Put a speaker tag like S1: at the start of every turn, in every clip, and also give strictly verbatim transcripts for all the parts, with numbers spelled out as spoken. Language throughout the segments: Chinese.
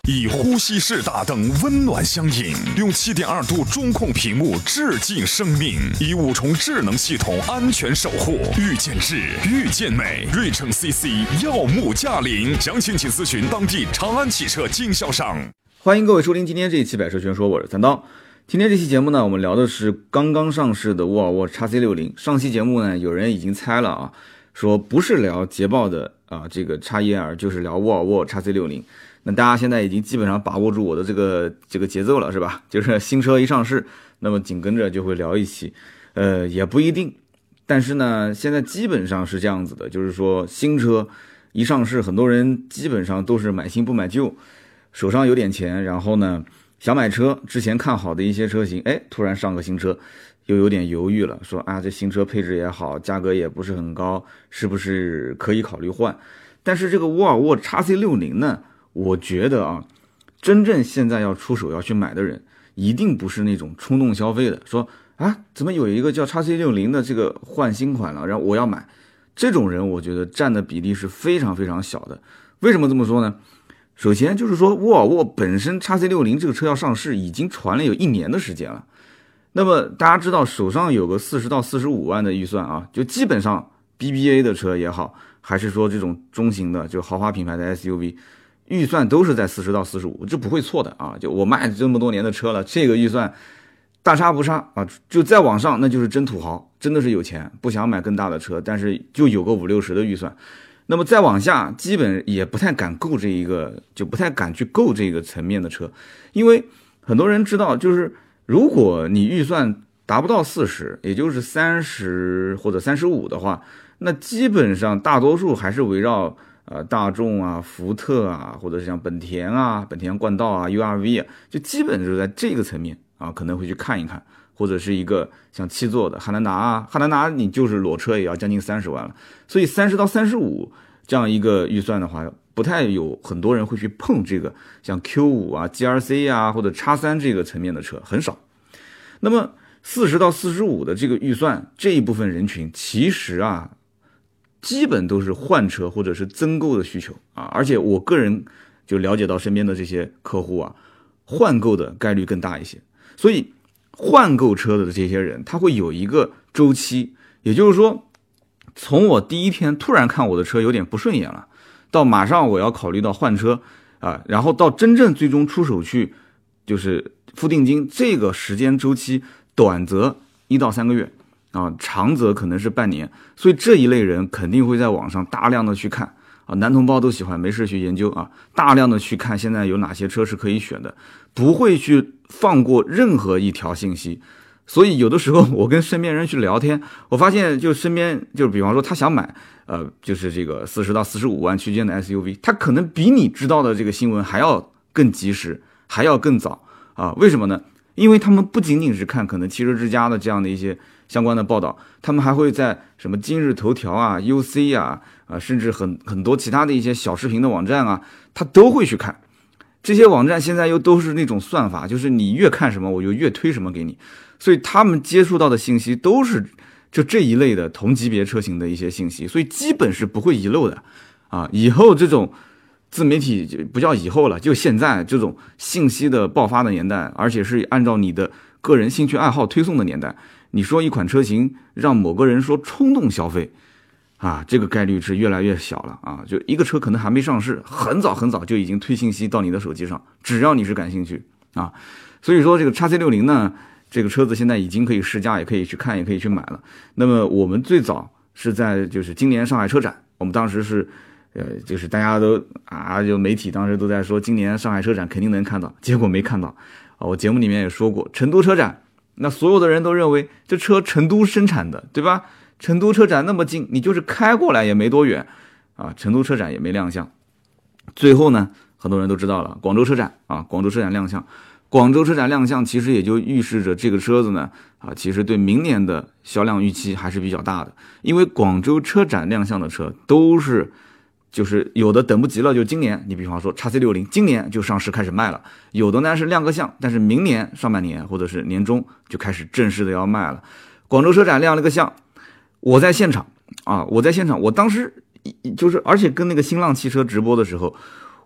S1: 以呼吸式大灯温暖相迎，用 七点二 度中控屏幕致敬生命，以五重智能系统安全守护。遇见智，遇见美，瑞城 C C 耀目驾临，详情请咨询当地长安汽车经销商。
S2: 欢迎各位收听今天这一期百车全说，我是三刀。今天这期节目呢，我们聊的是刚刚上市的沃尔沃 X C 六十。上期节目呢，有人已经猜了啊，说不是聊捷豹的啊这个 X一 L， 就是聊沃尔沃 X C 六十。那大家现在已经基本上把握住我的这个这个节奏了，是吧？就是新车一上市，那么紧跟着就会聊一期，呃，也不一定。但是呢，现在基本上是这样子的，就是说新车一上市，很多人基本上都是买新不买旧，手上有点钱，然后呢想买车，之前看好的一些车型，哎，突然上个新车，又有点犹豫了，说啊，这新车配置也好，价格也不是很高，是不是可以考虑换？但是这个沃尔沃 X C 六十 呢？我觉得啊，真正现在要出手要去买的人，一定不是那种冲动消费的，说啊，怎么有一个叫 X C 六十 的这个换新款了，然后我要买，这种人我觉得占的比例是非常非常小的。为什么这么说呢？首先就是说，沃尔沃本身 X C 六十 这个车要上市，已经传了有一年的时间了。那么大家知道，手上有个四十到四十五万的预算啊，就基本上 B B A 的车也好，还是说这种中型的就豪华品牌的 S U V。预算都是在四十到四十五，这不会错的啊！就我卖这么多年的车了，这个预算大差不差啊！就再往上，那就是真土豪，真的是有钱，不想买更大的车，但是就有个五六十的预算。那么再往下，基本也不太敢购这一个，就不太敢去购这个层面的车，因为很多人知道，就是如果你预算达不到四十，也就是三十或者三十五的话，那基本上大多数还是围绕。呃，大众啊，福特啊，或者是像本田啊，本田冠道啊 ，U R V 啊，就基本就是在这个层面啊，可能会去看一看，或者是一个像七座的汉兰达啊，汉兰达你就是裸车也要将近三十万了，所以三十到三十五这样一个预算的话，不太有很多人会去碰这个像 Q 五 啊、G R C 啊或者 X 三 这个层面的车，很少。那么四十到四十五的这个预算这一部分人群，其实啊。基本都是换车或者是增购的需求啊，而且我个人就了解到身边的这些客户啊，换购的概率更大一些。所以换购车的这些人，他会有一个周期，也就是说，从我第一天突然看我的车有点不顺眼了，到马上我要考虑到换车啊，然后到真正最终出手去就是付定金，这个时间周期短则一到三个月。啊，长则可能是半年，所以这一类人肯定会在网上大量的去看啊，男同胞都喜欢没事去研究啊，大量的去看现在有哪些车是可以选的，不会去放过任何一条信息。所以有的时候我跟身边人去聊天，我发现就身边就比方说他想买呃就是这个四十到四十五万区间的 S U V， 他可能比你知道的这个新闻还要更及时，还要更早啊？为什么呢？因为他们不仅仅是看可能汽车之家的这样的一些相关的报道，他们还会在什么今日头条啊、U C 啊啊，甚至很很多其他的一些小视频的网站啊，他都会去看。这些网站现在又都是那种算法，就是你越看什么，我就越推什么给你，所以他们接触到的信息都是就这一类的同级别车型的一些信息，所以基本是不会遗漏的啊。以后这种自媒体就不叫以后了，就现在这种信息的爆发的年代，而且是按照你的个人兴趣爱好推送的年代，你说一款车型让某个人说冲动消费啊，这个概率是越来越小了啊！就一个车可能还没上市，很早很早就已经推信息到你的手机上，只要你是感兴趣啊。所以说这个 X C 六十 呢，这个车子现在已经可以试驾，也可以去看，也可以去买了。那么我们最早是在就是今年上海车展，我们当时是呃就是大家都啊就媒体当时都在说今年上海车展肯定能看到，结果没看到啊。我节目里面也说过，成都车展，那所有的人都认为这车成都生产的，对吧？成都车展那么近，你就是开过来也没多远啊，成都车展也没亮相。最后呢，很多人都知道了，广州车展啊，广州车展亮相，广州车展亮相，其实也就预示着这个车子呢啊，其实对明年的销量预期还是比较大的，因为广州车展亮相的车都是就是有的等不及了，就今年，你比方说 X C 六十 今年就上市开始卖了，有的呢是亮个相，但是明年上半年或者是年中就开始正式的要卖了。广州车展亮了个相，我在现场啊，我在现场，我当时就是而且跟那个新浪汽车直播的时候，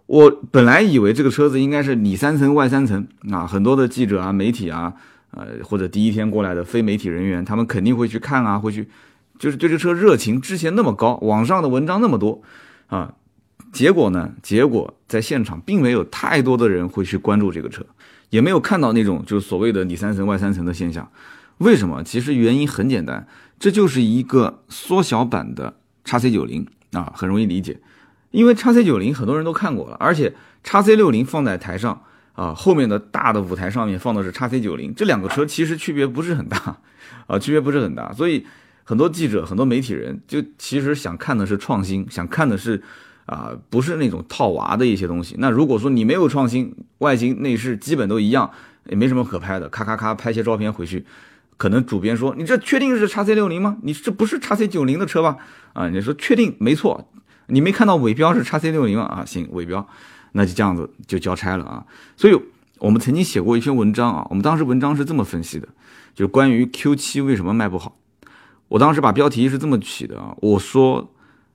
S2: 我本来以为这个车子应该是里三层外三层啊，很多的记者啊、媒体啊，呃或者第一天过来的非媒体人员，他们肯定会去看啊，会去就是对这车热情之前那么高，网上的文章那么多啊，结果呢，结果在现场并没有太多的人会去关注这个车，也没有看到那种就是所谓的里三层外三层的现象。为什么？其实原因很简单，这就是一个缩小版的 X C 九十 啊，很容易理解。因为 X C 九十 很多人都看过了，而且 X C 六十 放在台上啊，后面的大的舞台上面放的是 X C 九十，这两个车其实区别不是很大啊，区别不是很大。所以很多记者、很多媒体人就其实想看的是创新，想看的是啊，不是那种套娃的一些东西。那如果说你没有创新，外形内饰基本都一样，也没什么可拍的，咔咔咔拍些照片回去，可能主编说你这确定是 X C 六十 吗？你这不是 X C 九十 的车吧？啊，你说确定没错。你没看到尾标是 X C 六十 吗？啊，行，尾标，那就这样子就交差了啊。所以我们曾经写过一篇文章啊，我们当时文章是这么分析的，就是关于 Q 七 为什么卖不好。我当时把标题是这么起的啊，我说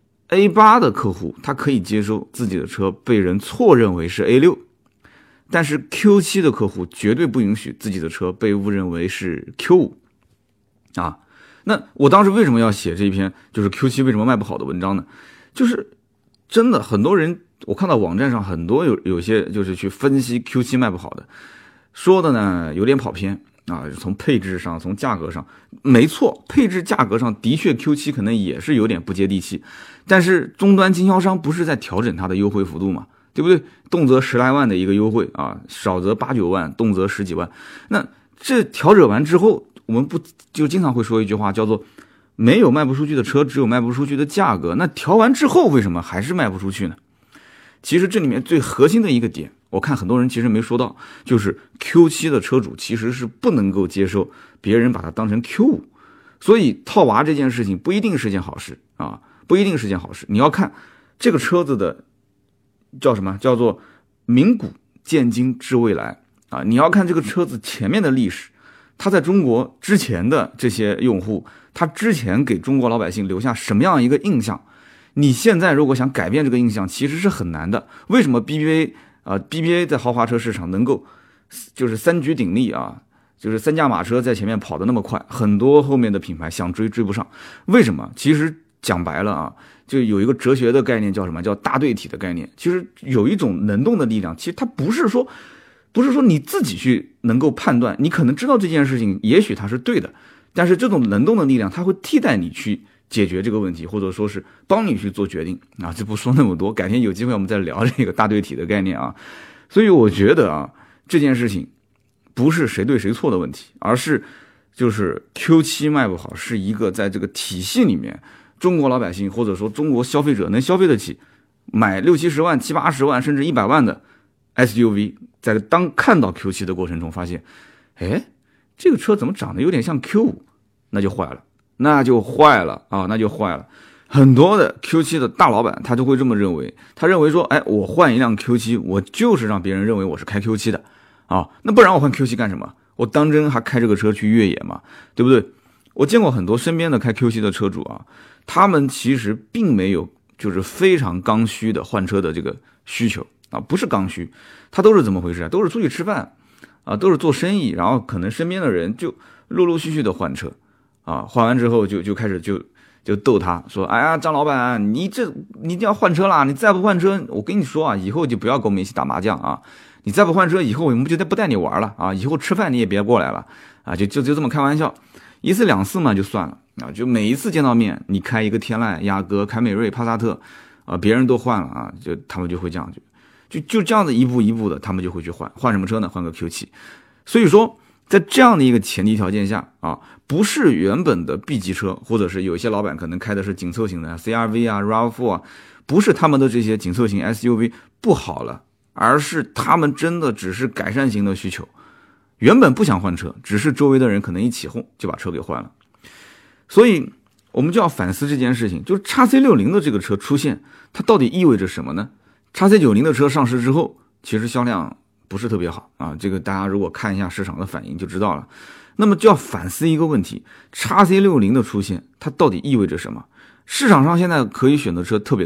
S2: A 八 的客户他可以接受自己的车被人错认为是 A 六， 但是 Q 七 的客户绝对不允许自己的车被误认为是 Q 五 啊。那我当时为什么要写这一篇就是 Q 七 为什么卖不好的文章呢？就是真的很多人，我看到网站上很多有有些就是去分析 Q 七 卖不好的，说的呢有点跑偏啊，从配置上，从价格上，没错，配置价格上的确 Q 七 可能也是有点不接地气，但是终端经销商不是在调整它的优惠幅度嘛，对不对？动辄十来万的一个优惠啊，少则八九万，动辄十几万，那这调整完之后，我们不就经常会说一句话叫做没有卖不出去的车，只有卖不出去的价格。那调完之后为什么还是卖不出去呢？其实这里面最核心的一个点，我看很多人其实没说到，就是 Q 七 的车主其实是不能够接受别人把它当成 Q 五， 所以套娃这件事情不一定是件好事啊，不一定是件好事。你要看这个车子的叫什么，叫做明古见今知未来啊，你要看这个车子前面的历史，它在中国之前的这些用户，他之前给中国老百姓留下什么样一个印象？你现在如果想改变这个印象，其实是很难的。为什么 B B A 啊、呃、B B A 在豪华车市场能够就是三局鼎立啊，就是三驾马车在前面跑得那么快，很多后面的品牌想追追不上。为什么？其实讲白了啊，就有一个哲学的概念叫什么？叫大对体的概念。其实有一种能动的力量，其实它不是说不是说你自己去能够判断，你可能知道这件事情也许它是对的，但是这种能动的力量它会替代你去解决这个问题，或者说是帮你去做决定啊。就不说那么多，改天有机会我们再聊这个大对体的概念啊。所以我觉得啊，这件事情不是谁对谁错的问题，而是就是 Q 七 卖不好是一个在这个体系里面中国老百姓或者说中国消费者能消费得起买六七十万七八十万甚至一百万的 S U V， 在当看到 Q 七 的过程中发现，哎，这个车怎么长得有点像 Q 五， 那就坏了那就坏了啊，那就坏了。很多的 Q 七 的大老板他就会这么认为，他认为说，哎，我换一辆 Q 七， 我就是让别人认为我是开 Q 七 的啊，那不然我换 Q 七 干什么？我当真还开这个车去越野嘛，对不对？我见过很多身边的开 Q 七 的车主啊，他们其实并没有就是非常刚需的换车的这个需求啊，不是刚需，他都是怎么回事啊？都是出去吃饭啊，都是做生意，然后可能身边的人就陆陆续续的换车啊，换完之后就就开始就就逗他说，哎呀，张老板，你这你一定要换车啦，你再不换车，我跟你说啊，以后就不要跟我们一起打麻将啊，你再不换车，以后我们就不带你玩了啊，以后吃饭你也别过来了啊，就就就这么开玩笑，一次两次嘛就算了啊，就每一次见到面，你开一个天籁、雅阁、凯美瑞、帕萨特啊，别人都换了啊，就他们就会这样，就就就这样子一步一步的，他们就会去换换什么车呢？换个 Q 七。所以说，在这样的一个前提条件下啊，不是原本的 B 级车，或者是有一些老板可能开的是紧凑型的 C R V 啊、R A V 四 啊，不是他们的这些紧凑型 S U V 不好了，而是他们真的只是改善型的需求，原本不想换车，只是周围的人可能一起哄就把车给换了。所以我们就要反思这件事情，就是 X C 六十 的这个车出现，它到底意味着什么呢？ X C 九十 的车上市之后，其实销量不是特别好啊，这个大家如果看一下市场的反应就知道了。那么就要反思一个问题， X C 六十 的出现它到底意味着什么？市场上现在可以选的车特别多，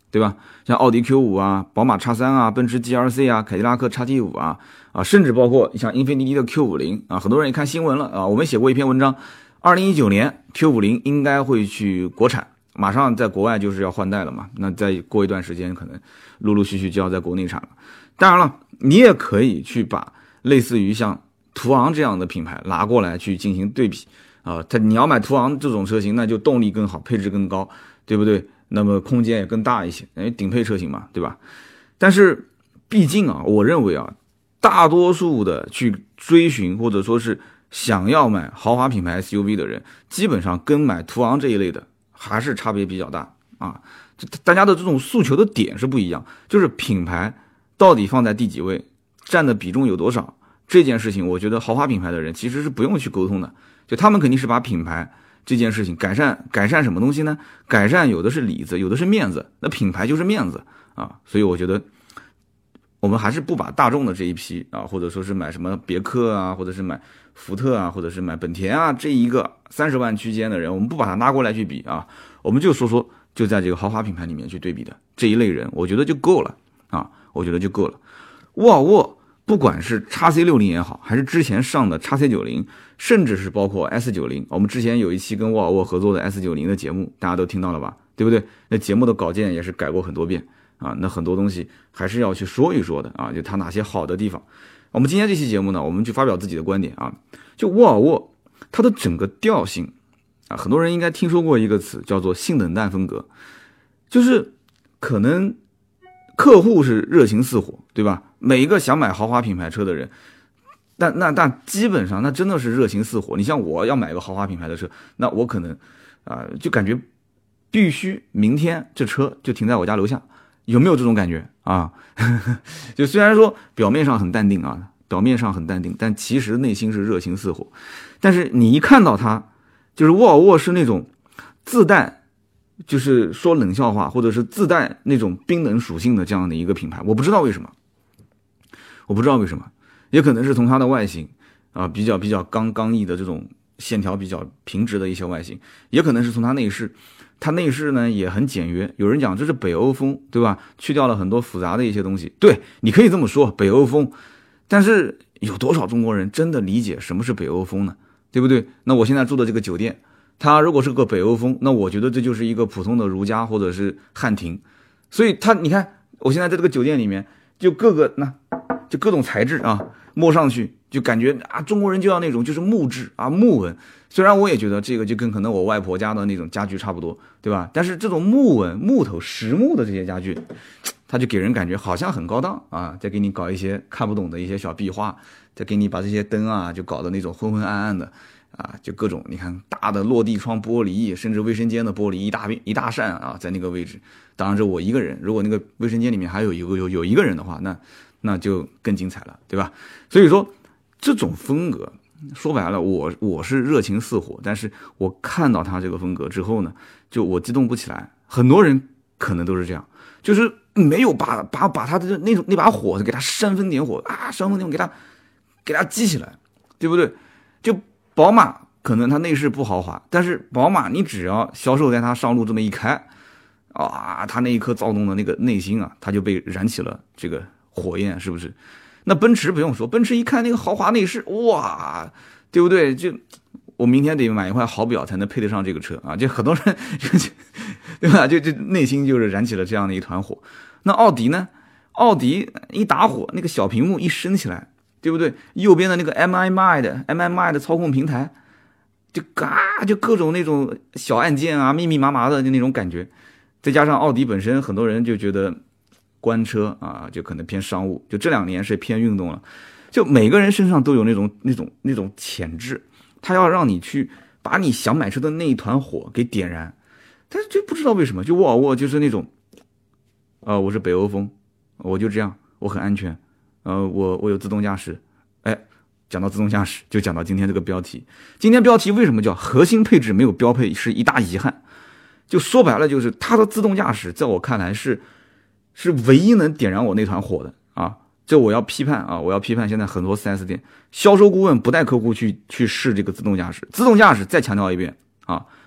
S2: 对吧？像奥迪 Q 五 啊，宝马 X 三 啊，奔驰 G L C 啊，凯迪拉克 X T 五 啊，啊，甚至包括像英菲尼迪的 Q 五十 啊，很多人也看新闻了啊，我们写过一篇文章，二零一九年 Q 五十 应该会去国产，马上在国外就是要换代了嘛，那再过一段时间可能陆陆续续就要在国内产了。当然了，你也可以去把类似于像途昂这样的品牌拿过来去进行对比啊，它你要买途昂这种车型，那就动力更好，配置更高，对不对？那么空间也更大一些，因为顶配车型嘛，对吧？但是毕竟啊，我认为啊，大多数的去追寻或者说是想要买豪华品牌 S U V 的人，基本上跟买途昂这一类的还是差别比较大啊。大家的这种诉求的点是不一样，就是品牌到底放在第几位，占的比重有多少，这件事情我觉得豪华品牌的人其实是不用去沟通的，就他们肯定是把品牌这件事情改善，改善什么东西呢？改善有的是里子，有的是面子，那品牌就是面子啊。所以我觉得我们还是不把大众的这一批啊，或者说是买什么别克啊，或者是买福特啊，或者是买本田啊，这一个三十万区间的人，我们不把它拉过来去比啊，我们就说说就在这个豪华品牌里面去对比的这一类人，我觉得就够了啊，我觉得就够了。沃尔沃不管是 X C 六十 也好，还是之前上的 X C 九十，甚至是包括 S 九十， 我们之前有一期跟沃尔沃合作的 S 九十 的节目，大家都听到了吧，对不对？那节目的稿件也是改过很多遍啊，那很多东西还是要去说一说的啊，就它哪些好的地方。我们今天这期节目呢，我们就发表自己的观点啊，就沃尔沃它的整个调性啊，很多人应该听说过一个词叫做性冷淡风格，就是可能客户是热情似火，对吧？每一个想买豪华品牌车的人，但那但基本上那真的是热情似火。你像我要买个豪华品牌的车，那我可能啊、呃、就感觉必须明天这车就停在我家楼下，有没有这种感觉啊？就虽然说表面上很淡定啊，表面上很淡定，但其实内心是热情似火。但是你一看到它，就是沃尔沃是那种自带，就是说冷笑话，或者是自带那种冰冷属性的这样的一个品牌，我不知道为什么，我不知道为什么，也可能是从它的外形啊、呃、比较比较刚刚毅的这种线条比较平直的一些外形，也可能是从它内饰，它内饰呢也很简约。有人讲这是北欧风，对吧？去掉了很多复杂的一些东西，对，你可以这么说，北欧风。但是有多少中国人真的理解什么是北欧风呢？对不对？那我现在住的这个酒店，它如果是个北欧风，那我觉得这就是一个普通的如家或者是汉庭。所以它，你看，我现在在这个酒店里面，就各个那，就各种材质啊，摸上去就感觉啊，中国人就要那种就是木质啊木纹。虽然我也觉得这个就跟可能我外婆家的那种家具差不多，对吧？但是这种木纹、木头、实木的这些家具，它就给人感觉好像很高档啊，再给你搞一些看不懂的一些小壁画，再给你把这些灯啊就搞得那种昏昏暗暗的啊，就各种你看大的落地窗玻璃，甚至卫生间的玻璃一大一大扇啊，在那个位置。当然这我一个人，如果那个卫生间里面还有一个有有一个人的话，那那就更精彩了，对吧？所以说这种风格说白了，我我是热情似火，但是我看到他这个风格之后呢，就我激动不起来。很多人可能都是这样，就是没有把把把他的那种那把火给他煽风点火啊，煽风点火给他给他激起来，对不对？就宝马可能它内饰不豪华，但是宝马你只要销售在它上路这么一开啊，它那一颗躁动的那个内心啊，它就被燃起了这个火焰，是不是？那奔驰不用说，奔驰一看那个豪华内饰，哇，对不对？就我明天得买一块好表才能配得上这个车啊！就很多人，对吧？就就内心就是燃起了这样的一团火。那奥迪呢？奥迪一打火，那个小屏幕一升起来，对不对？右边的那个 M I M I 的 M I M I 的操控平台，就嘎就各种那种小按键啊，密密麻麻的就那种感觉。再加上奥迪本身，很多人就觉得官车啊，就可能偏商务，就这两年是偏运动了。就每个人身上都有那种那种那种潜质，他要让你去把你想买车的那一团火给点燃。但是就不知道为什么，就沃尔沃就是那种，呃，我是北欧风，我就这样，我很安全，呃，我我有自动驾驶。哎，讲到自动驾驶，就讲到今天这个标题。今天标题为什么叫核心配置没有标配是一大遗憾？就说白了，就是它的自动驾驶，在我看来是是唯一能点燃我那团火的啊！这我要批判啊！我要批判现在很多 四 S 店销售顾问不带客户去去试这个自动驾驶。自动驾驶再强调一遍啊！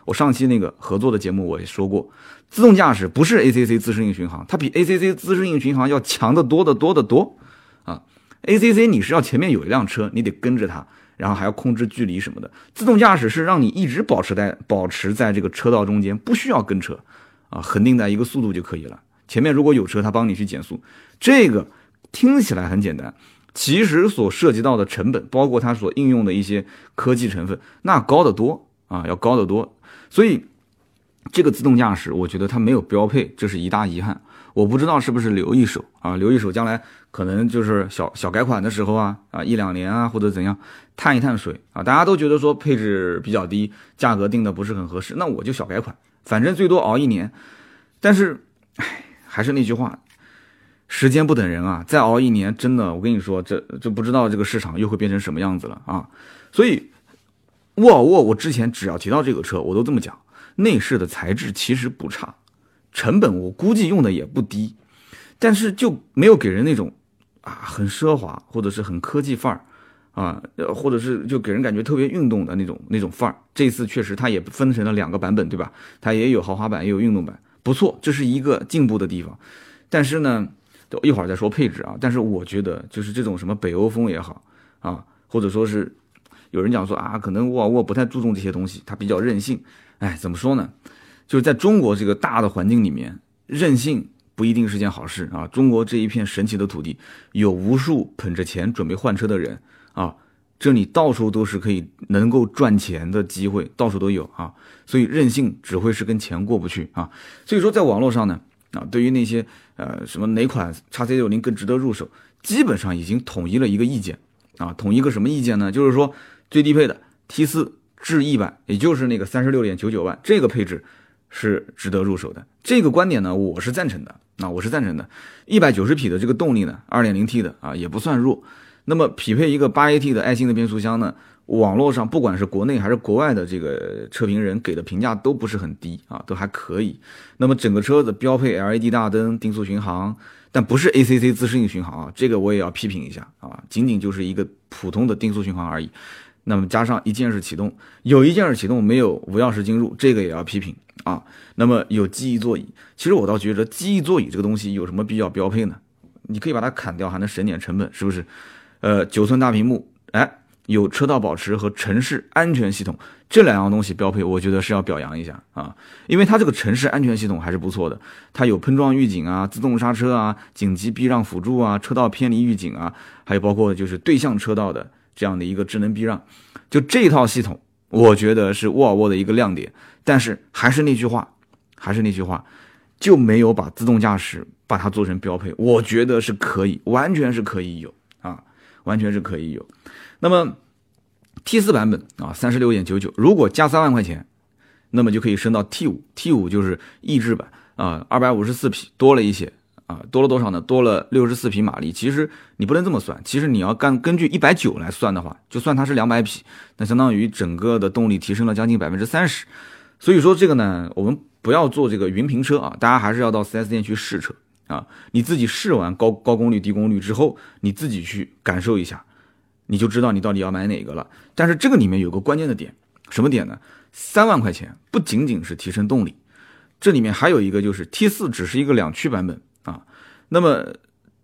S2: 我上期那个合作的节目我也说过，自动驾驶不是 A C C 自适应巡航，它比 A C C 自适应巡航要强得多得多得多啊。A C C 你是要前面有一辆车，你得跟着它，然后还要控制距离什么的。自动驾驶是让你一直保持在保持在这个车道中间，不需要跟车啊，恒定在一个速度就可以了。前面如果有车，它帮你去减速，这个听起来很简单，其实所涉及到的成本，包括它所应用的一些科技成分，那高得多啊，要高得多。所以这个自动驾驶，我觉得它没有标配，这是一大遗憾。我不知道是不是留一手啊，留一手，将来可能就是小小改款的时候啊，啊一两年啊或者怎样探一探水啊，大家都觉得说配置比较低，价格定的不是很合适，那我就小改款，反正最多熬一年。但是，唉，还是那句话，时间不等人啊，再熬一年，真的，我跟你说，这这不知道这个市场又会变成什么样子了啊！所以，沃尔沃，我之前只要提到这个车，我都这么讲，内饰的材质其实不差。成本我估计用的也不低，但是就没有给人那种啊很奢华或者是很科技范儿啊，或者是就给人感觉特别运动的那种那种范儿。这次确实它也分成了两个版本，对吧？它也有豪华版，也有运动版，不错，这是一个进步的地方。但是呢，一会儿再说配置啊。但是我觉得就是这种什么北欧风也好啊，或者说是有人讲说啊，可能沃尔沃不太注重这些东西，它比较任性。哎，怎么说呢？就是在中国这个大的环境里面，任性不一定是件好事啊。中国这一片神奇的土地，有无数捧着钱准备换车的人啊，这里到处都是可以能够赚钱的机会，到处都有啊。所以任性只会是跟钱过不去啊。所以说在网络上呢，啊，对于那些呃什么哪款 X C 六十 更值得入手，基本上已经统一了一个意见啊。统一个什么意见呢？就是说最低配的 T 四 智逸版，也就是那个 三十六点九九万这个配置是值得入手的。这个观点呢，我是赞成的啊，我是赞成的。一百九十匹的这个动力呢 ，二点零 T 的啊，也不算弱。那么匹配一个 八 A T 的爱信的变速箱呢，网络上不管是国内还是国外的这个车评人给的评价都不是很低啊，都还可以。那么整个车子标配 L E D 大灯、定速巡航，但不是 A C C 自适应巡航啊，这个我也要批评一下啊，仅仅就是一个普通的定速巡航而已。那么加上一键式启动，有一键式启动没有无钥匙进入，这个也要批评啊。那么有记忆座椅，其实我倒觉得记忆座椅这个东西有什么必要标配呢？你可以把它砍掉，还能省点成本，是不是？呃，九寸大屏幕，哎，有车道保持和城市安全系统，这两样东西标配，我觉得是要表扬一下啊，因为它这个城市安全系统还是不错的，它有碰撞预警啊、自动刹车啊、紧急避让辅助啊、车道偏离预警啊，还有包括就是对向车道的这样的一个智能避让，就这套系统，我觉得是沃尔沃的一个亮点。但是还是那句话，还是那句话，就没有把自动驾驶把它做成标配，我觉得是可以，完全是可以有啊，完全是可以有。那么 T 四 版本啊 ，三十六点九九，如果加三万块钱，那么就可以升到 T 五， T 五 就是逸致版啊，二百五十四匹多了一些。啊，多了多少呢？多了六十四匹马力。其实你不能这么算，其实你要干根据一百九来算的话，就算它是两百匹，那相当于整个的动力提升了将近 百分之三十。所以说这个呢，我们不要做这个云评车啊，大家还是要到 四 S 店去试车啊。你自己试完高高功率、低功率之后，你自己去感受一下，你就知道你到底要买哪个了。但是这个里面有个关键的点，什么点呢？三万块钱不仅仅是提升动力，这里面还有一个就是 T 四 只是一个两驱版本。啊，那么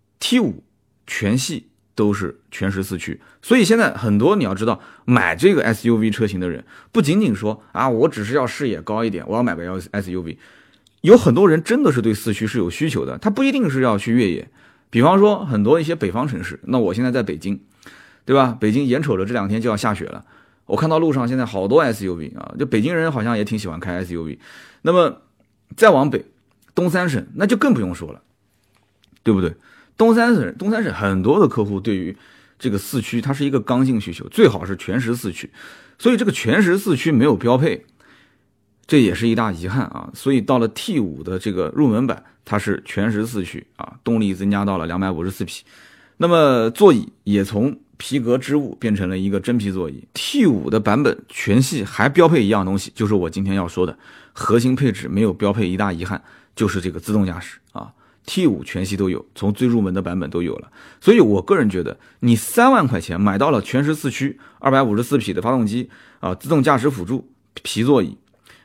S2: T 五 全系都是全时四驱，所以现在很多你要知道，买这个 S U V 车型的人，不仅仅说啊，我只是要视野高一点，我要买个 S U V， 有很多人真的是对四驱是有需求的，他不一定是要去越野，比方说很多一些北方城市，那我现在在北京，对吧？北京眼瞅着这两天就要下雪了，我看到路上现在好多 S U V 啊，就北京人好像也挺喜欢开 S U V， 那么再往北，东三省那就更不用说了。对不对？东三省，东三省很多的客户对于这个四驱，它是一个刚性需求，最好是全时四驱。所以这个全时四驱没有标配，这也是一大遗憾啊。所以到了 T 五 的这个入门版，它是全时四驱啊，动力增加到了两百五十四匹。那么座椅也从皮革织物变成了一个真皮座椅。T 五 的版本全系还标配一样东西，就是我今天要说的核心配置没有标配一大遗憾，就是这个自动驾驶啊。T 五 全系都有，从最入门的版本都有了，所以我个人觉得，你三万块钱买到了全时四驱、二百五十四匹的发动机啊，自动驾驶辅助、皮座椅，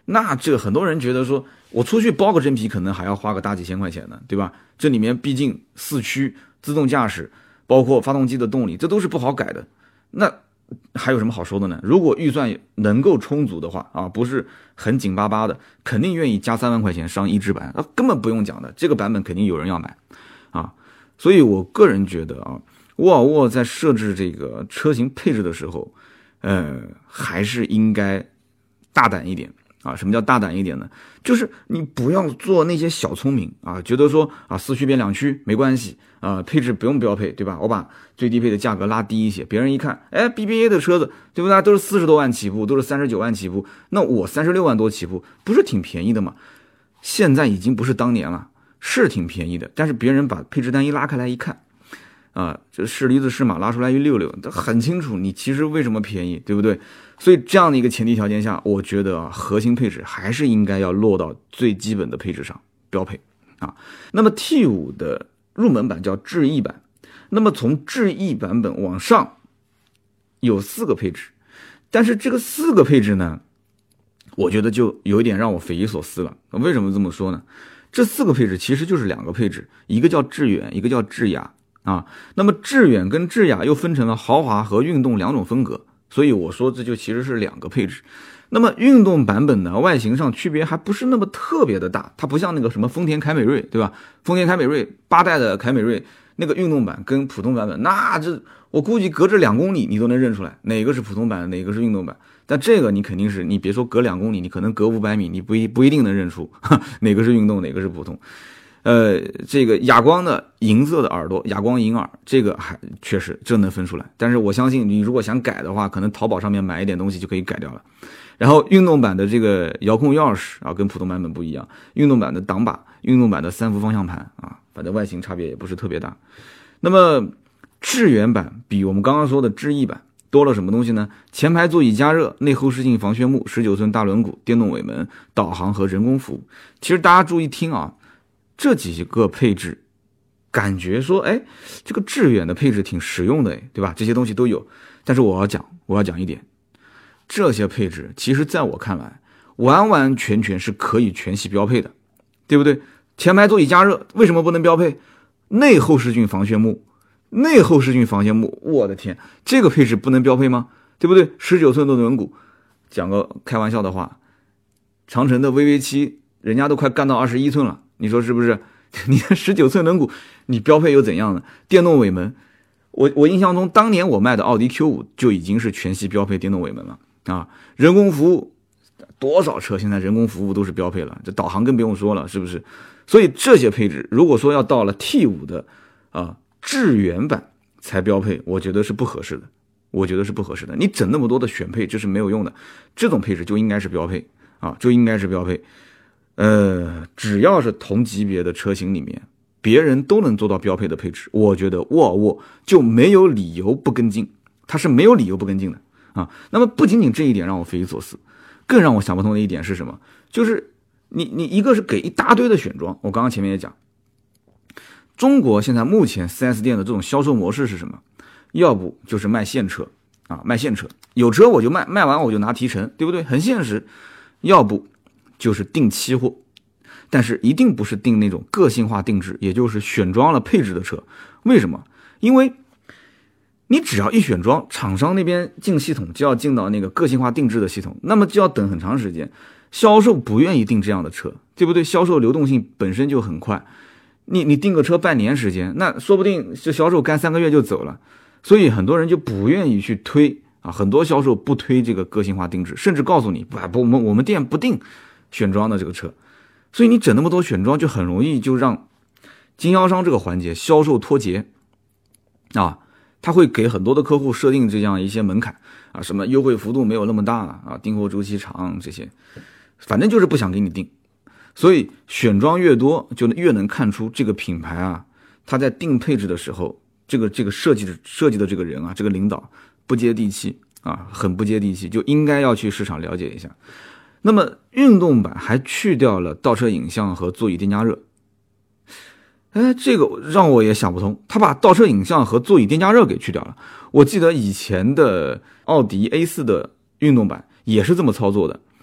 S2: 那这个很多人觉得说，我出去包个真皮可能还要花个大几千块钱呢，对吧？这里面毕竟四驱、自动驾驶，包括发动机的动力，这都是不好改的。那还有什么好说的呢？如果预算能够充足的话啊，不是很紧巴巴的，肯定愿意加三万块钱上一制版啊，根本不用讲的，这个版本肯定有人要买啊。所以我个人觉得啊，沃尔沃在设置这个车型配置的时候，呃，还是应该大胆一点啊。什么叫大胆一点呢？就是你不要做那些小聪明啊，觉得说啊四驱变两驱没关系啊，配置不用标配，对吧？我把最低配的价格拉低一些，别人一看，哎 ，B B A 的车子对不对？都是四十多万起步，都是三十九万起步，那我三十六万多起步，不是挺便宜的吗？现在已经不是当年了，是挺便宜的，但是别人把配置单一拉开来一看，啊，这是驴子是马拉出来一溜溜，这很清楚你其实为什么便宜，对不对？所以这样的一个前提条件下，我觉得啊，核心配置还是应该要落到最基本的配置上标配啊。那么 T 五 的入门版叫智逸版，那么从智逸版本往上有四个配置，但是这个四个配置呢，我觉得就有一点让我匪夷所思了。为什么这么说呢？这四个配置其实就是两个配置，一个叫致远，一个叫致雅啊。那么致远跟致雅又分成了豪华和运动两种风格，所以我说这就其实是两个配置。那么运动版本呢，外形上区别还不是那么特别的大，它不像那个什么丰田凯美瑞，对吧？丰田凯美瑞八代的凯美瑞那个运动版跟普通版本，那这我估计隔着两公里你都能认出来哪个是普通版，哪个是运动版。但这个你肯定是，你别说隔两公里，你可能隔五百米，你不一不一定能认出哪个是运动，哪个是普通。呃，这个哑光的银色的耳朵，哑光银耳，这个还确实这能分出来。但是我相信你如果想改的话，可能淘宝上面买一点东西就可以改掉了。然后运动版的这个遥控钥匙啊，跟普通版本不一样。运动版的挡把，运动版的三幅方向盘啊，反正外形差别也不是特别大。那么致远版比我们刚刚说的致逸版多了什么东西呢？前排座椅加热，内后视镜防眩目，十九寸大轮毂，电动尾门，导航和人工服务。其实大家注意听啊，这几个配置感觉说，哎，这个致远的配置挺实用的，对吧？这些东西都有。但是我要讲，我要讲一点，这些配置其实在我看来，完完全全是可以全系标配的，对不对？前排座椅加热为什么不能标配？内后视镜防眩目。内后视镜防眩目，我的天，这个配置不能标配吗？对不对？十九寸的轮毂，讲个开玩笑的话，长城的 V V 七 人家都快干到二十一寸了，你说是不是？你的十九寸轮毂，你标配又怎样呢？电动尾门，我我印象中当年我卖的奥迪 Q 五 就已经是全系标配电动尾门了啊！人工服务，多少车现在人工服务都是标配了，这导航更不用说了，是不是？所以这些配置，如果说要到了 T 五 的啊。致远版才标配，我觉得是不合适的，我觉得是不合适的。你整那么多的选配，这是没有用的。这种配置就应该是标配啊，就应该是标配。呃，只要是同级别的车型里面，别人都能做到标配的配置，我觉得沃尔沃就没有理由不跟进，它是没有理由不跟进的啊。那么不仅仅这一点让我匪夷所思，更让我想不通的一点是什么？就是你你一个是给一大堆的选装，我刚刚前面也讲。中国现在目前 四 S 店的这种销售模式是什么？要不就是卖现车啊，卖现车，有车我就卖，卖完我就拿提成，对不对？很现实。要不就是订期货，但是一定不是订那种个性化定制，也就是选装了配置的车。为什么？因为你只要一选装，厂商那边进系统就要进到那个个性化定制的系统，那么就要等很长时间。销售不愿意订这样的车，对不对？销售流动性本身就很快。你你订个车半年时间，那说不定这销售干三个月就走了，所以很多人就不愿意去推啊，很多销售不推这个个性化定制，甚至告诉你不不，我们我们店不定选装的这个车，所以你整那么多选装，就很容易就让经销商这个环节销售脱节啊，他会给很多的客户设定这样一些门槛啊，什么优惠幅度没有那么大啊，订货周期长这些，反正就是不想给你订。所以选装越多，就越能看出这个品牌啊，他在定配置的时候，这个这个设计的设计的这个人啊，这个领导不接地气啊，很不接地气，就应该要去市场了解一下。那么运动版还去掉了倒车影像和座椅电加热，哎，这个让我也想不通，他把倒车影像和座椅电加热给去掉了。我记得以前的奥迪 A 四 的运动版也是这么操作的。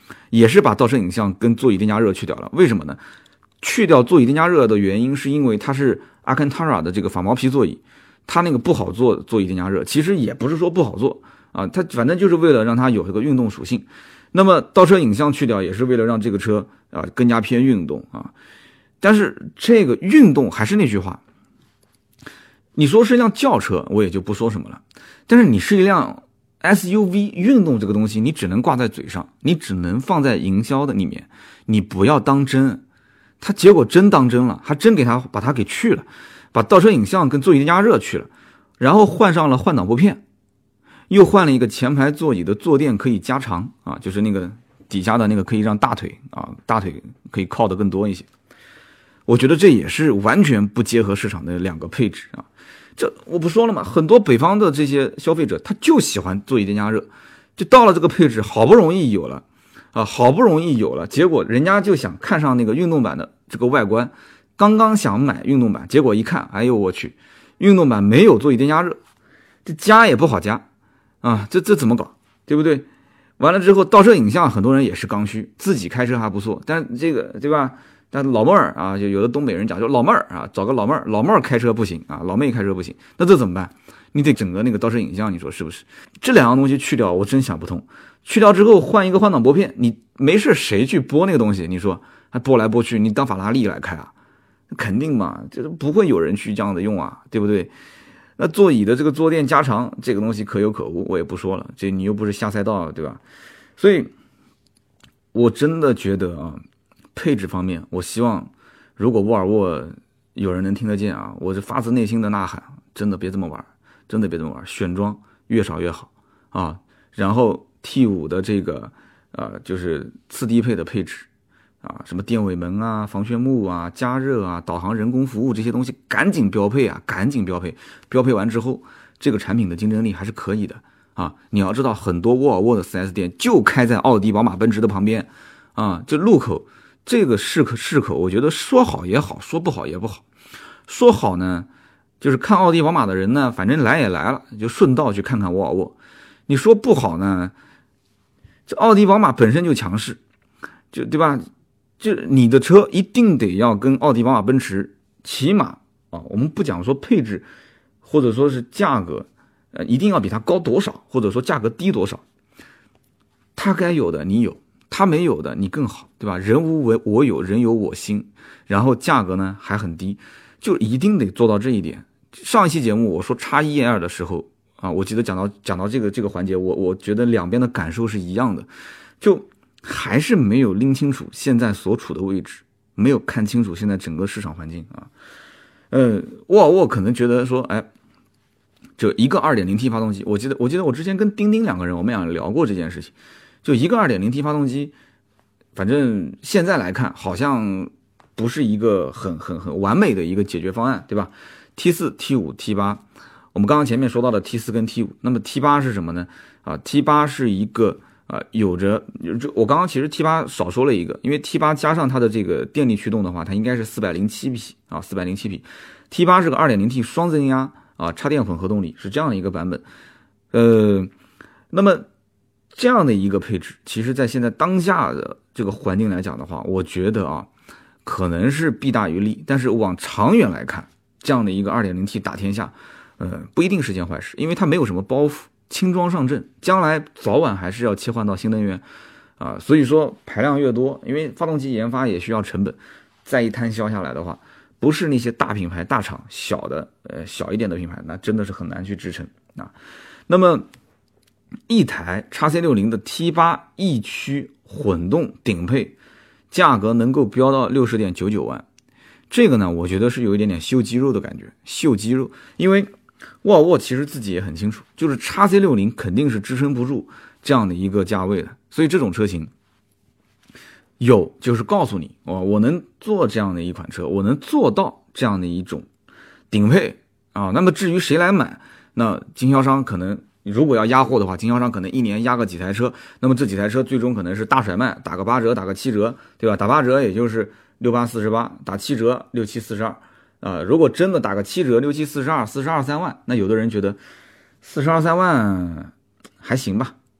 S2: 也是把倒车影像跟座椅电加热去掉了。为什么呢？去掉座椅电加热的原因是因为它是阿坎塔拉的这个仿毛皮座椅，它那个不好做座椅电加热，其实也不是说不好做啊，它反正就是为了让它有这个运动属性。那么倒车影像去掉也是为了让这个车啊更加偏运动啊。但是这个运动还是那句话，你说是一辆轿车我也就不说什么了，但是你是一辆 S U V， 运动这个东西你只能挂在嘴上，你只能放在营销的里面，你不要当真。他结果真当真了，还真给他把它给去了，把倒车影像跟座椅电加热去了，然后换上了换挡拨片，又换了一个前排座椅的坐垫可以加长啊，就是那个底下的那个可以让大腿啊大腿可以靠得更多一些。我觉得这也是完全不结合市场的两个配置啊。这我不说了吗？很多北方的这些消费者他就喜欢座椅电加热，就到了这个配置好不容易有了啊，好不容易有了，结果人家就想看上那个运动版的这个外观，刚刚想买运动版，结果一看，哎呦我去，运动版没有座椅电加热，这加也不好加啊，这这怎么搞，对不对？完了之后倒车影像很多人也是刚需，自己开车还不错，但这个对吧？但老妹儿啊，就有的东北人讲就老妹儿啊，找个老妹儿，老妹儿开车不行啊，老妹开车不行，那这怎么办？你得整个那个倒车影像，你说是不是？这两样东西去掉，我真想不通。去掉之后换一个换挡拨片，你没事谁去拨那个东西？你说还拨来拨去，你当法拉利来开啊？肯定嘛，这不会有人去这样的用啊，对不对？那座椅的这个坐垫加长，这个东西可有可无，我也不说了，这你又不是下赛道，对吧？所以，我真的觉得啊，配置方面，我希望如果沃尔沃有人能听得见啊，我是发自内心的呐喊，真的别这么玩，真的别这么玩，选装越少越好啊，然后。T 五 的这个呃就是次低配的配置啊，什么电尾门啊、防眩目啊、加热啊、导航人工服务这些东西赶紧标配啊，赶紧标配。标配完之后，这个产品的竞争力还是可以的啊。你要知道，很多沃尔沃的 四 S 店就开在奥迪、宝马、奔驰的旁边啊，这路口这个市口市口，我觉得说好也好，说不好也不好。说好呢，就是看奥迪、宝马的人呢，反正来也来了，就顺道去看看沃尔沃。你说不好呢？这奥迪宝马本身就强势，就对吧？就你的车一定得要跟奥迪宝马奔驰起码啊，我们不讲说配置或者说是价格，呃，一定要比它高多少，或者说价格低多少。它该有的你有，它没有的你更好，对吧？人无为我有，人有我心，然后价格呢还很低，就一定得做到这一点。上一期节目我说 X 一 L 的时候。啊，我记得讲到讲到这个这个环节，我我觉得两边的感受是一样的，就还是没有拎清楚现在所处的位置，没有看清楚现在整个市场环境啊。呃，沃尔沃可能觉得说，哎，就一个 二点零 T 发动机，我记得我记得我之前跟丁丁两个人我们俩聊过这件事情，就一个 二点零 T 发动机，反正现在来看好像不是一个很很很完美的一个解决方案，对吧 ？T 四、T 五、T 八。我们刚刚前面说到的 T 四 跟 T 五， 那么 T 八是什么呢？啊 ，T 八是一个啊、呃、有着，就我刚刚其实 T 八少说了一个，因为 T 八加上它的这个电力驱动的话，它应该是四百零七匹啊 ，四百零七匹。T 八是个 二点零 T 双增压啊，插电混合动力是这样的一个版本。呃，那么这样的一个配置，其实在现在当下的这个环境来讲的话，我觉得啊，可能是弊大于利，但是往长远来看，这样的一个 二点零 T 打天下。呃，不一定是件坏事，因为它没有什么包袱，轻装上阵，将来早晚还是要切换到新能源啊、呃。所以说排量越多，因为发动机研发也需要成本，再一摊销下来的话，不是那些大品牌大厂，小的呃小一点的品牌，那真的是很难去支撑啊。那么一台 X C 六十 的 T 八 E 驱混动顶配，价格能够飙到 六十点九九万，这个呢，我觉得是有一点点秀肌肉的感觉，秀肌肉，因为沃尔沃其实自己也很清楚，就是 X C 六十 肯定是支撑不住这样的一个价位的，所以这种车型有就是告诉你，哦，我能做这样的一款车，我能做到这样的一种顶配啊。那么至于谁来买，那经销商可能如果要压货的话，经销商可能一年压个几台车，那么这几台车最终可能是大甩卖，打个八折，打个七折，对吧？打八折也就是六八四十八，打七折六七四十二。啊、呃，如果真的打个七折，六七四十二，四十二三万，那有的人觉得四十二三万还行吧，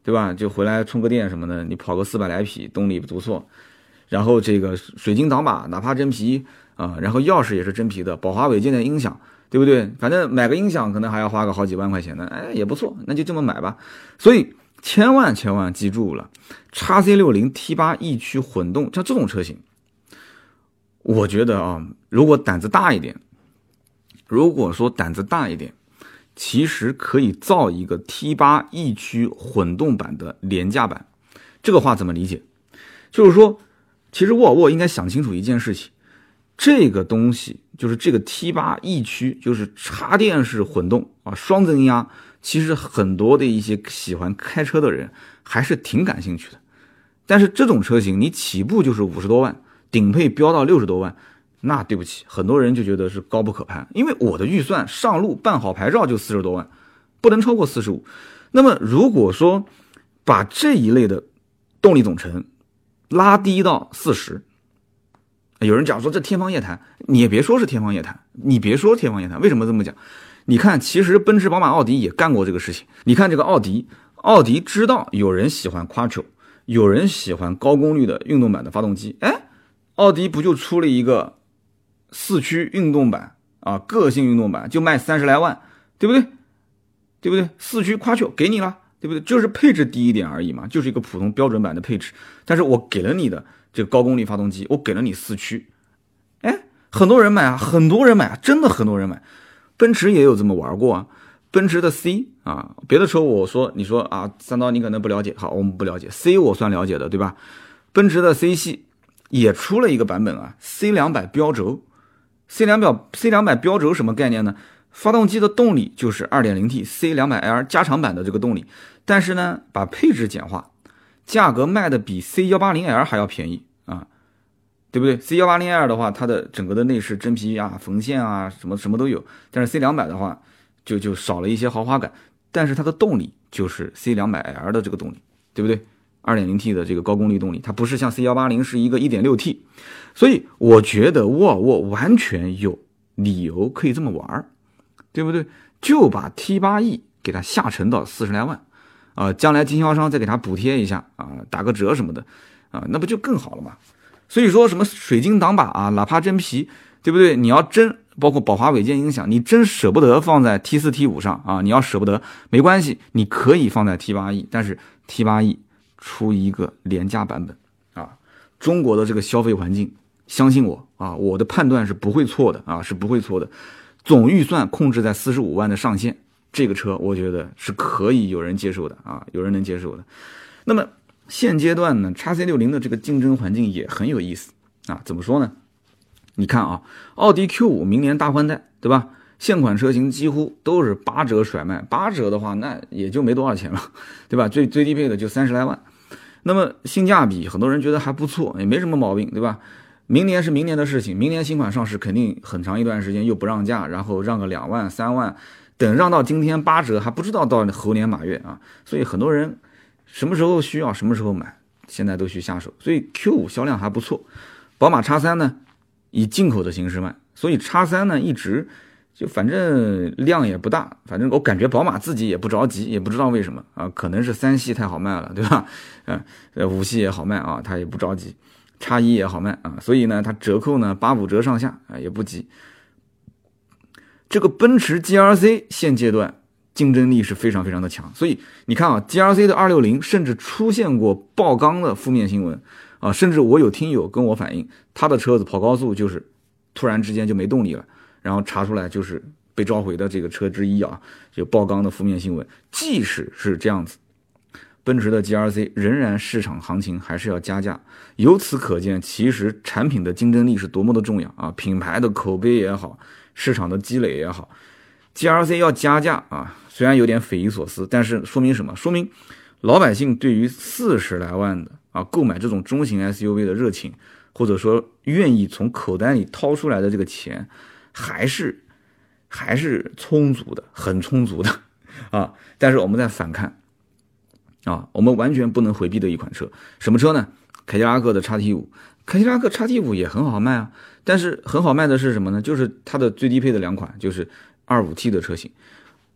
S2: 对吧？就回来充个电什么的，你跑个四百来匹，动力不错。然后这个水晶挡把哪怕真皮啊、呃，然后钥匙也是真皮的，宝华韦健的音响，对不对？反正买个音响可能还要花个好几万块钱的，哎，也不错，那就这么买吧。所以千万千万记住了 ，X C 六十 T 八 E 驱混动像这种车型，我觉得啊，如果胆子大一点，如果说胆子大一点，其实可以造一个 T 八 E 驱混动版的廉价版。这个话怎么理解？就是说，其实沃尔沃应该想清楚一件事情，这个东西就是这个 T 八 E 驱，就是插电式混动啊，双增压，其实很多的一些喜欢开车的人还是挺感兴趣的。但是这种车型你起步就是五十多万，顶配飙到六十多万，那对不起，很多人就觉得是高不可攀，因为我的预算上路办好牌照就四十多万，不能超过四十五。那么如果说把这一类的动力总成拉低到四十，有人讲说这天方夜谭，你也别说是天方夜谭，你别说天方夜谭，为什么这么讲？你看，其实奔驰、宝马、奥迪也干过这个事情。你看这个奥迪，奥迪知道有人喜欢 Quattro， 有人喜欢高功率的运动版的发动机，哎，奥迪不就出了一个四驱运动版啊，个性运动版，就卖三十来万，对不对？对不对？四驱 Quattro 给你了，对不对？就是配置低一点而已嘛，就是一个普通标准版的配置，但是我给了你的这个高功率发动机，我给了你四驱，哎，很多人买啊，很多人买啊，真的很多人买。奔驰也有这么玩过啊，奔驰的 C 啊，别的车我说你说啊，三刀你可能不了解，好，我们不了解 C 我算了解的，对吧？奔驰的 C 系也出了一个版本啊 ，C 两百 标轴 ，C 两百 C 两百 标轴什么概念呢？发动机的动力就是 二点零 T C 两百 L 加长版的这个动力，但是呢，把配置简化，价格卖的比 C 一八零 L 还要便宜啊，对不对 ？C 一八零 L 的话，它的整个的内饰真皮啊、缝线啊，什么什么都有，但是 C 两百 的话就就少了一些豪华感，但是它的动力就是 C 两百 L 的这个动力，对不对？ 二点零 T 的这个高功率动力，它不是像 C 一八零 是一个 一点六 T， 所以我觉得沃尔沃完全有理由可以这么玩，对不对？就把 T 八 E 给它下沉到四十来万啊、呃，将来经销商再给它补贴一下啊、呃，打个折什么的啊、呃，那不就更好了吗？所以说什么水晶挡把啊，哪怕真皮，对不对？你要真包括宝华韦健音响，你真舍不得放在 T 四 T 五 上啊，你要舍不得没关系，你可以放在 T 八 E， 但是 T 八 E 出一个廉价版本啊，中国的这个消费环境，相信我啊，我的判断是不会错的啊，是不会错的。总预算控制在四十五万的上限，这个车我觉得是可以有人接受的啊，有人能接受的。那么现阶段呢 ，X C 六十 的这个竞争环境也很有意思啊，怎么说呢？你看啊，奥迪 Q 五 明年大换代，对吧？现款车型几乎都是八折甩卖，八折的话那也就没多少钱了，对吧？最最低配的就三十来万。那么性价比很多人觉得还不错，也没什么毛病，对吧？明年是明年的事情，明年新款上市肯定很长一段时间又不让价，然后让个两万三万，等让到今天八折还不知道到猴年马月啊，所以很多人什么时候需要什么时候买，现在都去下手，所以 Q 五 销量还不错。宝马 X 三 呢以进口的形式卖，所以 X 三 呢一直就反正量也不大，反正我感觉宝马自己也不着急，也不知道为什么啊，可能是三系太好卖了，对吧？呃，五系也好卖啊，它也不着急。X 一也好卖啊，所以呢，它折扣呢八五折上下啊，也不急。这个奔驰 G L C 现阶段竞争力是非常非常的强，所以你看啊 ，G L C 的二六零甚至出现过爆缸的负面新闻啊，甚至我有听友跟我反映，他的车子跑高速就是突然之间就没动力了，然后查出来就是被召回的这个车之一啊，就爆缸的负面新闻。即使是这样子，奔驰的 G L C 仍然市场行情还是要加价，由此可见，其实产品的竞争力是多么的重要啊！品牌的口碑也好，市场的积累也好 ，G L C 要加价啊，虽然有点匪夷所思，但是说明什么？说明老百姓对于四十来万的啊购买这种中型 S U V 的热情，或者说愿意从口袋里掏出来的这个钱，还是还是充足的，很充足的啊！但是我们再反看。啊，我们完全不能回避的一款车，什么车呢？凯迪拉克的 X T 五， 凯迪拉克 X T 五 也很好卖啊，但是很好卖的是什么呢？就是它的最低配的两款，就是 二点五 T 的车型，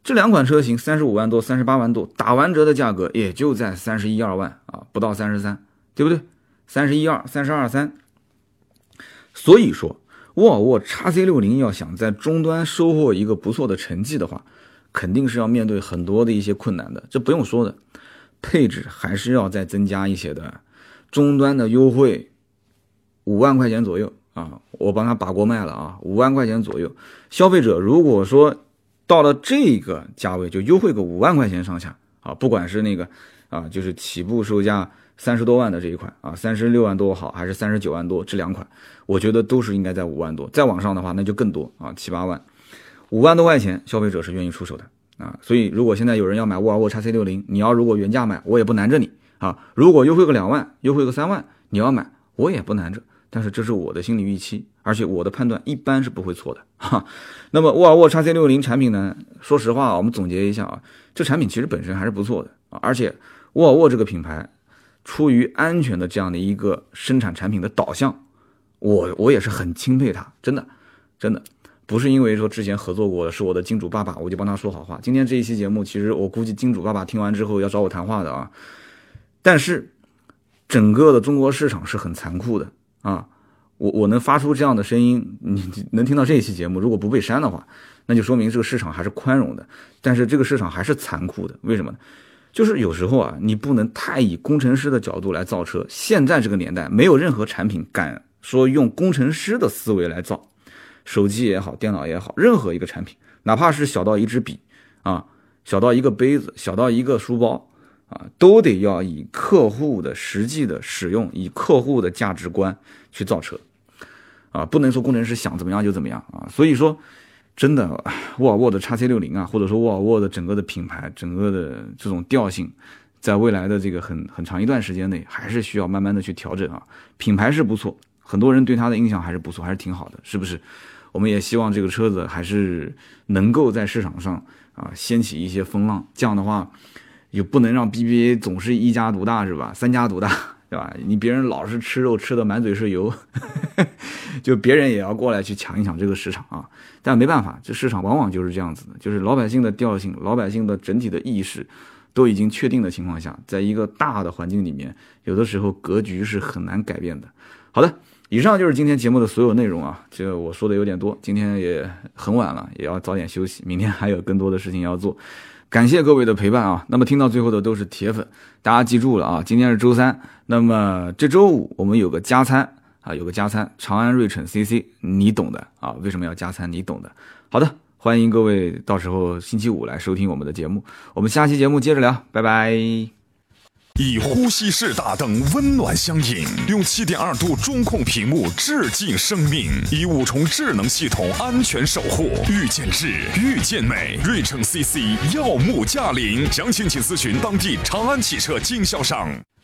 S2: 这两款车型三十五万多、三十八万多，打完折的价格也就在三十一二万啊，不到三十三，对不对？三十一二、三十二三。所以说，沃尔沃 X C 六十 要想在终端收获一个不错的成绩的话，肯定是要面对很多的一些困难的，这不用说的。配置还是要再增加一些的，终端的优惠五万块钱左右啊，我帮他把过卖了啊，五万块钱左右。消费者如果说到了这个价位，就优惠个五万块钱上下啊，不管是那个啊，就是起步售价三十多万的这一款啊，三十六万多好，还是三十九万多，这两款，我觉得都是应该在五万多，再往上的话那就更多啊，七八万，五万多块钱，消费者是愿意出手的。啊，所以如果现在有人要买沃尔沃 X C 六十， 你要如果原价买，我也不难着你啊。如果优惠个两万，优惠个三万，你要买，我也不难着。但是这是我的心理预期，而且我的判断一般是不会错的哈。那么沃尔沃 X C 六十 产品呢，说实话，我们总结一下啊，这产品其实本身还是不错的啊，而且沃尔沃这个品牌出于安全的这样的一个生产产品的导向，我我也是很钦佩它，真的，真的。不是因为说之前合作过的是我的金主爸爸，我就帮他说好话。今天这一期节目，其实我估计金主爸爸听完之后要找我谈话的啊。但是整个的中国市场是很残酷的啊，我我能发出这样的声音，你能听到这一期节目，如果不被删的话，那就说明这个市场还是宽容的。但是这个市场还是残酷的，为什么呢？就是有时候啊，你不能太以工程师的角度来造车。现在这个年代，没有任何产品敢说用工程师的思维来造。手机也好，电脑也好，任何一个产品，哪怕是小到一支笔啊，小到一个杯子，小到一个书包啊，都得要以客户的实际的使用，以客户的价值观去造车啊，不能说工程师想怎么样就怎么样啊。所以说，真的，沃尔沃的 X C 六十 啊，或者说沃尔沃的整个的品牌，整个的这种调性，在未来的这个很很长一段时间内，还是需要慢慢的去调整啊。品牌是不错，很多人对它的印象还是不错，还是挺好的，是不是？我们也希望这个车子还是能够在市场上啊掀起一些风浪，这样的话也不能让 B B A 总是一家独大，是吧？三家独大，对吧？你别人老是吃肉吃的满嘴是油，就别人也要过来去抢一抢这个市场啊。但没办法，这市场往往就是这样子的，就是老百姓的调性，老百姓的整体的意识都已经确定的情况下，在一个大的环境里面，有的时候格局是很难改变的。好的。以上就是今天节目的所有内容啊，这个我说的有点多，今天也很晚了，也要早点休息，明天还有更多的事情要做。感谢各位的陪伴啊，那么听到最后的都是铁粉，大家记住了啊，今天是周三，那么这周五我们有个加餐啊，有个加餐，长安睿骋 C C， 你懂的啊，为什么要加餐你懂的。好的，欢迎各位到时候星期五来收听我们的节目，我们下期节目接着聊，拜拜。
S1: 以呼吸式大灯温暖相迎，用 七点二 度中控屏幕致敬生命，以五重智能系统安全守护。遇见智，遇见美，睿骋 C C 耀目驾临，详情请咨询当地长安汽车经销商。